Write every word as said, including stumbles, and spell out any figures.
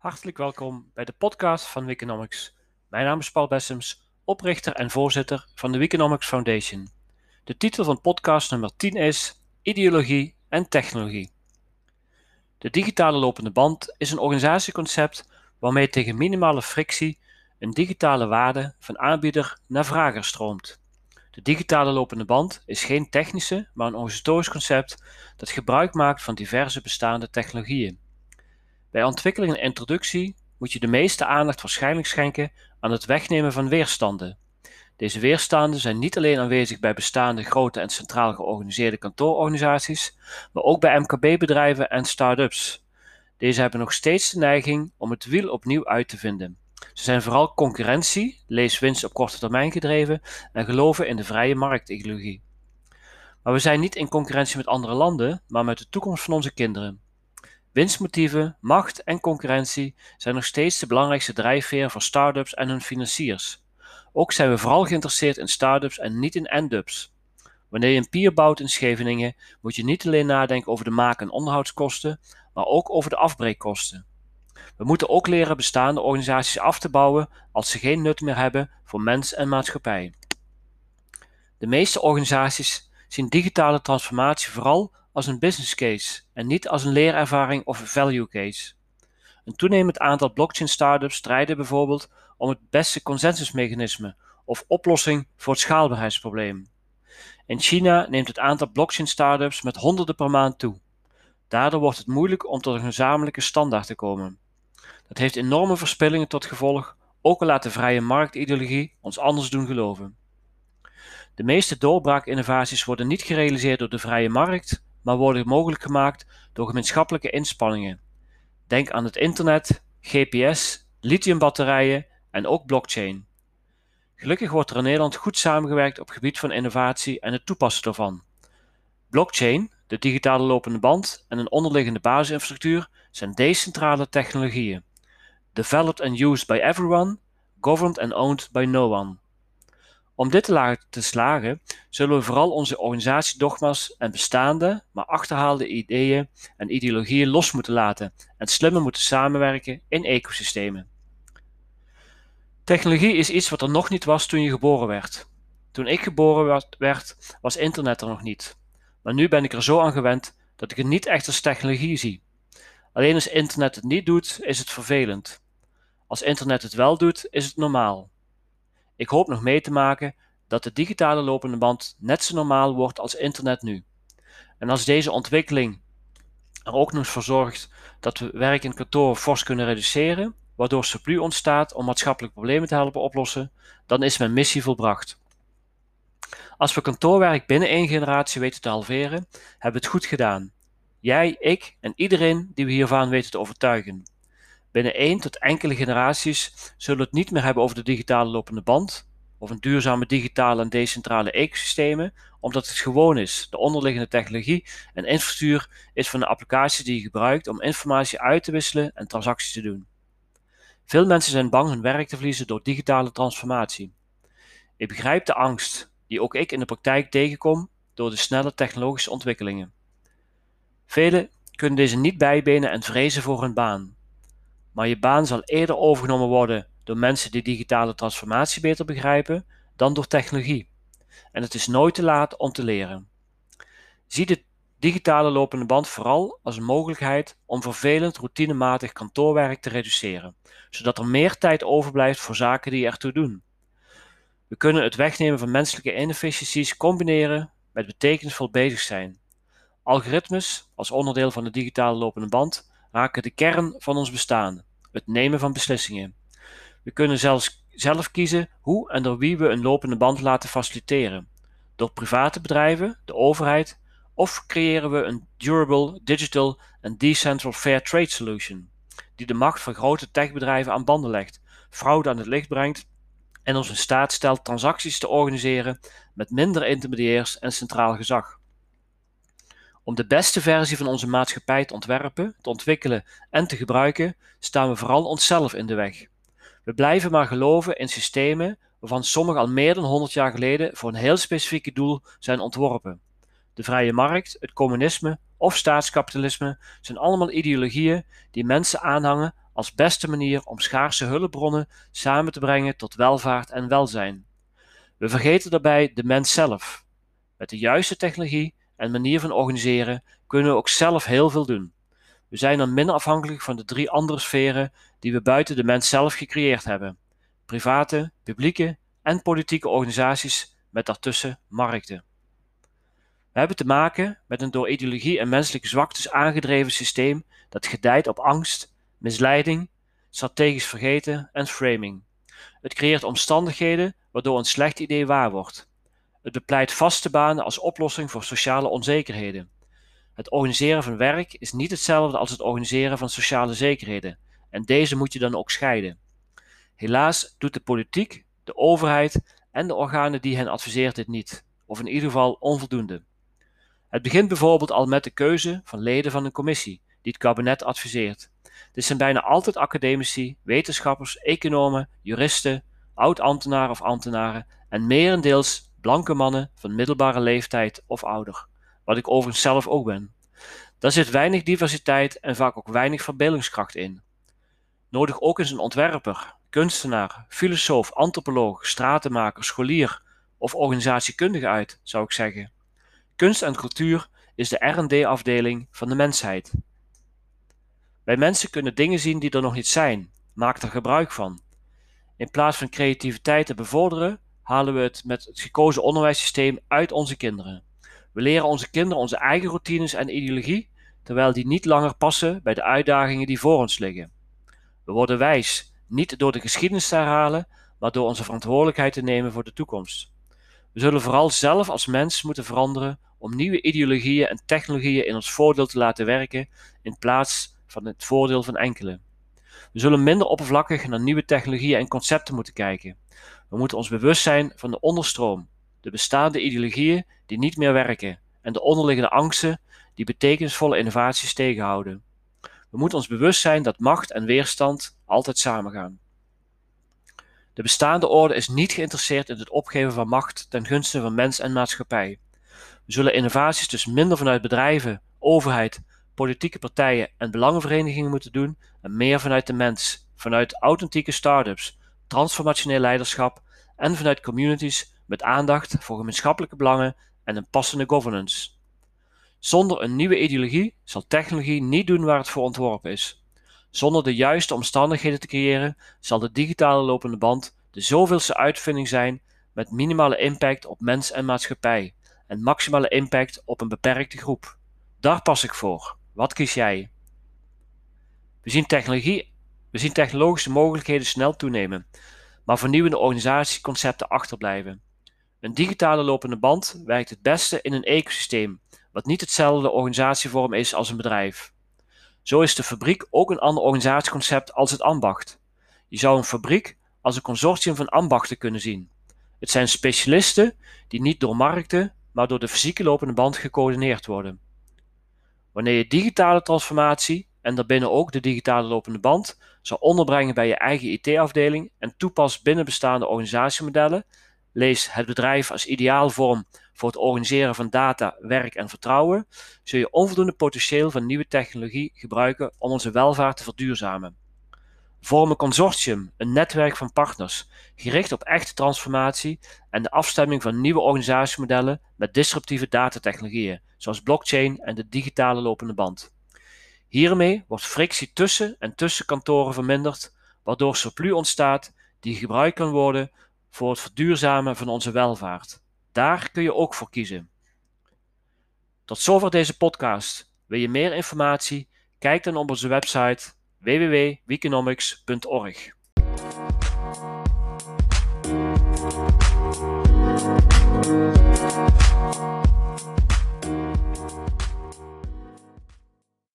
Hartelijk welkom bij de podcast van Weekonomics. Mijn naam is Paul Bessems, oprichter en voorzitter van de Weekonomics Foundation. De titel van podcast nummer tien is Ideologie en Technologie. De digitale lopende band is een organisatieconcept waarmee tegen minimale frictie een digitale waarde van aanbieder naar vrager stroomt. De digitale lopende band is geen technische, maar een organisatorisch concept dat gebruik maakt van diverse bestaande technologieën. Bij ontwikkeling en introductie moet je de meeste aandacht waarschijnlijk schenken aan het wegnemen van weerstanden. Deze weerstanden zijn niet alleen aanwezig bij bestaande grote en centraal georganiseerde kantoororganisaties, maar ook bij M K B-bedrijven en start-ups. Deze hebben nog steeds de neiging om het wiel opnieuw uit te vinden. Ze zijn vooral concurrentie, lees winst op korte termijn gedreven, en geloven in de vrije marktideologie. Maar we zijn niet in concurrentie met andere landen, maar met de toekomst van onze kinderen. Winstmotieven, macht en concurrentie zijn nog steeds de belangrijkste drijfveer voor start-ups en hun financiers. Ook zijn we vooral geïnteresseerd in start-ups en niet in end-ups. Wanneer je een pier bouwt in Scheveningen, moet je niet alleen nadenken over de maak- en onderhoudskosten, maar ook over de afbreekkosten. We moeten ook leren bestaande organisaties af te bouwen als ze geen nut meer hebben voor mens en maatschappij. De meeste organisaties zien digitale transformatie vooral als een business case en niet als een leerervaring of een value case. Een toenemend aantal blockchain startups strijden bijvoorbeeld om het beste consensusmechanisme of oplossing voor het schaalbaarheidsprobleem. In China neemt het aantal blockchain startups met honderden per maand toe. Daardoor wordt het moeilijk om tot een gezamenlijke standaard te komen. Dat heeft enorme verspillingen tot gevolg, ook al laat de vrije marktideologie ons anders doen geloven. De meeste doorbraakinnovaties worden niet gerealiseerd door de vrije markt, maar worden mogelijk gemaakt door gemeenschappelijke inspanningen. Denk aan het internet, G P S, lithiumbatterijen en ook blockchain. Gelukkig wordt er in Nederland goed samengewerkt op het gebied van innovatie en het toepassen daarvan. Blockchain, de digitale lopende band en een onderliggende basisinfrastructuur zijn decentrale technologieën. Developed and used by everyone, governed and owned by no one. Om dit te slagen, zullen we vooral onze organisatiedogma's en bestaande, maar achterhaalde ideeën en ideologieën los moeten laten en slimmer moeten samenwerken in ecosystemen. Technologie is iets wat er nog niet was toen je geboren werd. Toen ik geboren werd, was internet er nog niet. Maar nu ben ik er zo aan gewend dat ik het niet echt als technologie zie. Alleen als internet het niet doet, is het vervelend. Als internet het wel doet, is het normaal. Ik hoop nog mee te maken dat de digitale lopende band net zo normaal wordt als internet nu. En als deze ontwikkeling er ook nog voor zorgt dat we werk in kantoren fors kunnen reduceren, waardoor surplus ontstaat om maatschappelijke problemen te helpen oplossen, dan is mijn missie volbracht. Als we kantoorwerk binnen één generatie weten te halveren, hebben we het goed gedaan. Jij, ik en iedereen die we hiervan weten te overtuigen. Binnen één tot enkele generaties zullen we het niet meer hebben over de digitale lopende band of een duurzame digitale en decentrale ecosystemen, omdat het gewoon is. De onderliggende technologie en infrastructuur is van de applicaties die je gebruikt om informatie uit te wisselen en transacties te doen. Veel mensen zijn bang hun werk te verliezen door digitale transformatie. Ik begrijp de angst die ook ik in de praktijk tegenkom door de snelle technologische ontwikkelingen. Velen kunnen deze niet bijbenen en vrezen voor hun baan. Maar je baan zal eerder overgenomen worden door mensen die digitale transformatie beter begrijpen dan door technologie. En het is nooit te laat om te leren. Zie de digitale lopende band vooral als een mogelijkheid om vervelend routinematig kantoorwerk te reduceren, zodat er meer tijd overblijft voor zaken die ertoe doen. We kunnen het wegnemen van menselijke inefficiënties combineren met betekenisvol bezig zijn. Algoritmes, als onderdeel van de digitale lopende band, raken de kern van ons bestaan, het nemen van beslissingen. We kunnen zelfs zelf kiezen hoe en door wie we een lopende band laten faciliteren. Door private bedrijven, de overheid, of creëren we een durable, digital en decentral fair trade solution, die de macht van grote techbedrijven aan banden legt, fraude aan het licht brengt en ons in staat stelt transacties te organiseren met minder intermediairs en centraal gezag. Om de beste versie van onze maatschappij te ontwerpen, te ontwikkelen en te gebruiken, staan we vooral onszelf in de weg. We blijven maar geloven in systemen waarvan sommige al meer dan honderd jaar geleden voor een heel specifiek doel zijn ontworpen. De vrije markt, het communisme of staatskapitalisme zijn allemaal ideologieën die mensen aanhangen als beste manier om schaarse hulpbronnen samen te brengen tot welvaart en welzijn. We vergeten daarbij de mens zelf. Met de juiste technologie en manier van organiseren kunnen we ook zelf heel veel doen. We zijn dan minder afhankelijk van de drie andere sferen die we buiten de mens zelf gecreëerd hebben: private, publieke en politieke organisaties met daartussen markten. We hebben te maken met een door ideologie en menselijke zwaktes aangedreven systeem dat gedijt op angst, misleiding, strategisch vergeten en framing. Het creëert omstandigheden waardoor een slecht idee waar wordt. Het bepleit vaste banen als oplossing voor sociale onzekerheden. Het organiseren van werk is niet hetzelfde als het organiseren van sociale zekerheden, en deze moet je dan ook scheiden. Helaas doet de politiek, de overheid en de organen die hen adviseert dit niet, of in ieder geval onvoldoende. Het begint bijvoorbeeld al met de keuze van leden van een commissie die het kabinet adviseert. Dit zijn bijna altijd academici, wetenschappers, economen, juristen, oud-ambtenaren of ambtenaren en merendeels blanke mannen van middelbare leeftijd of ouder, wat ik overigens zelf ook ben. Daar zit weinig diversiteit en vaak ook weinig verbeeldingskracht in. Nodig ook eens een ontwerper, kunstenaar, filosoof, antropoloog, stratenmaker, scholier of organisatiekundige uit, zou ik zeggen. Kunst en cultuur is de R en D-afdeling van de mensheid. Wij mensen kunnen dingen zien die er nog niet zijn, maak er gebruik van. In plaats van creativiteit te bevorderen, halen we het met het gekozen onderwijssysteem uit onze kinderen. We leren onze kinderen onze eigen routines en ideologie, terwijl die niet langer passen bij de uitdagingen die voor ons liggen. We worden wijs, niet door de geschiedenis te herhalen, maar door onze verantwoordelijkheid te nemen voor de toekomst. We zullen vooral zelf als mens moeten veranderen om nieuwe ideologieën en technologieën in ons voordeel te laten werken in plaats van het voordeel van enkele. We zullen minder oppervlakkig naar nieuwe technologieën en concepten moeten kijken. We moeten ons bewust zijn van de onderstroom, de bestaande ideologieën die niet meer werken en de onderliggende angsten die betekenisvolle innovaties tegenhouden. We moeten ons bewust zijn dat macht en weerstand altijd samengaan. De bestaande orde is niet geïnteresseerd in het opgeven van macht ten gunste van mens en maatschappij. We zullen innovaties dus minder vanuit bedrijven, overheid, politieke partijen en belangenverenigingen moeten doen en meer vanuit de mens, vanuit authentieke start-ups, transformationeel leiderschap en vanuit communities met aandacht voor gemeenschappelijke belangen en een passende governance. Zonder een nieuwe ideologie zal technologie niet doen waar het voor ontworpen is. Zonder de juiste omstandigheden te creëren, zal de digitale lopende band de zoveelste uitvinding zijn met minimale impact op mens en maatschappij en maximale impact op een beperkte groep. Daar pas ik voor. Wat kies jij? We zien, technologie, we zien technologische mogelijkheden snel toenemen, maar vernieuwende organisatieconcepten achterblijven. Een digitale lopende band werkt het beste in een ecosysteem, wat niet hetzelfde organisatievorm is als een bedrijf. Zo is de fabriek ook een ander organisatieconcept als het ambacht. Je zou een fabriek als een consortium van ambachten kunnen zien. Het zijn specialisten die niet door markten, maar door de fysieke lopende band gecoördineerd worden. Wanneer je digitale transformatie en daarbinnen ook de digitale lopende band zou onderbrengen bij je eigen I T-afdeling en toepast binnen bestaande organisatiemodellen, lees het bedrijf als ideaalvorm voor het organiseren van data, werk en vertrouwen, zul je onvoldoende potentieel van nieuwe technologie gebruiken om onze welvaart te verduurzamen. Vorm een consortium, een netwerk van partners, gericht op echte transformatie en de afstemming van nieuwe organisatiemodellen met disruptieve datatechnologieën, zoals blockchain en de digitale lopende band. Hiermee wordt frictie tussen en tussen kantoren verminderd, waardoor surplus ontstaat die gebruikt kan worden voor het verduurzamen van onze welvaart. Daar kun je ook voor kiezen. Tot zover deze podcast. Wil je meer informatie? Kijk dan op onze website w w w punt weekonomics punt org.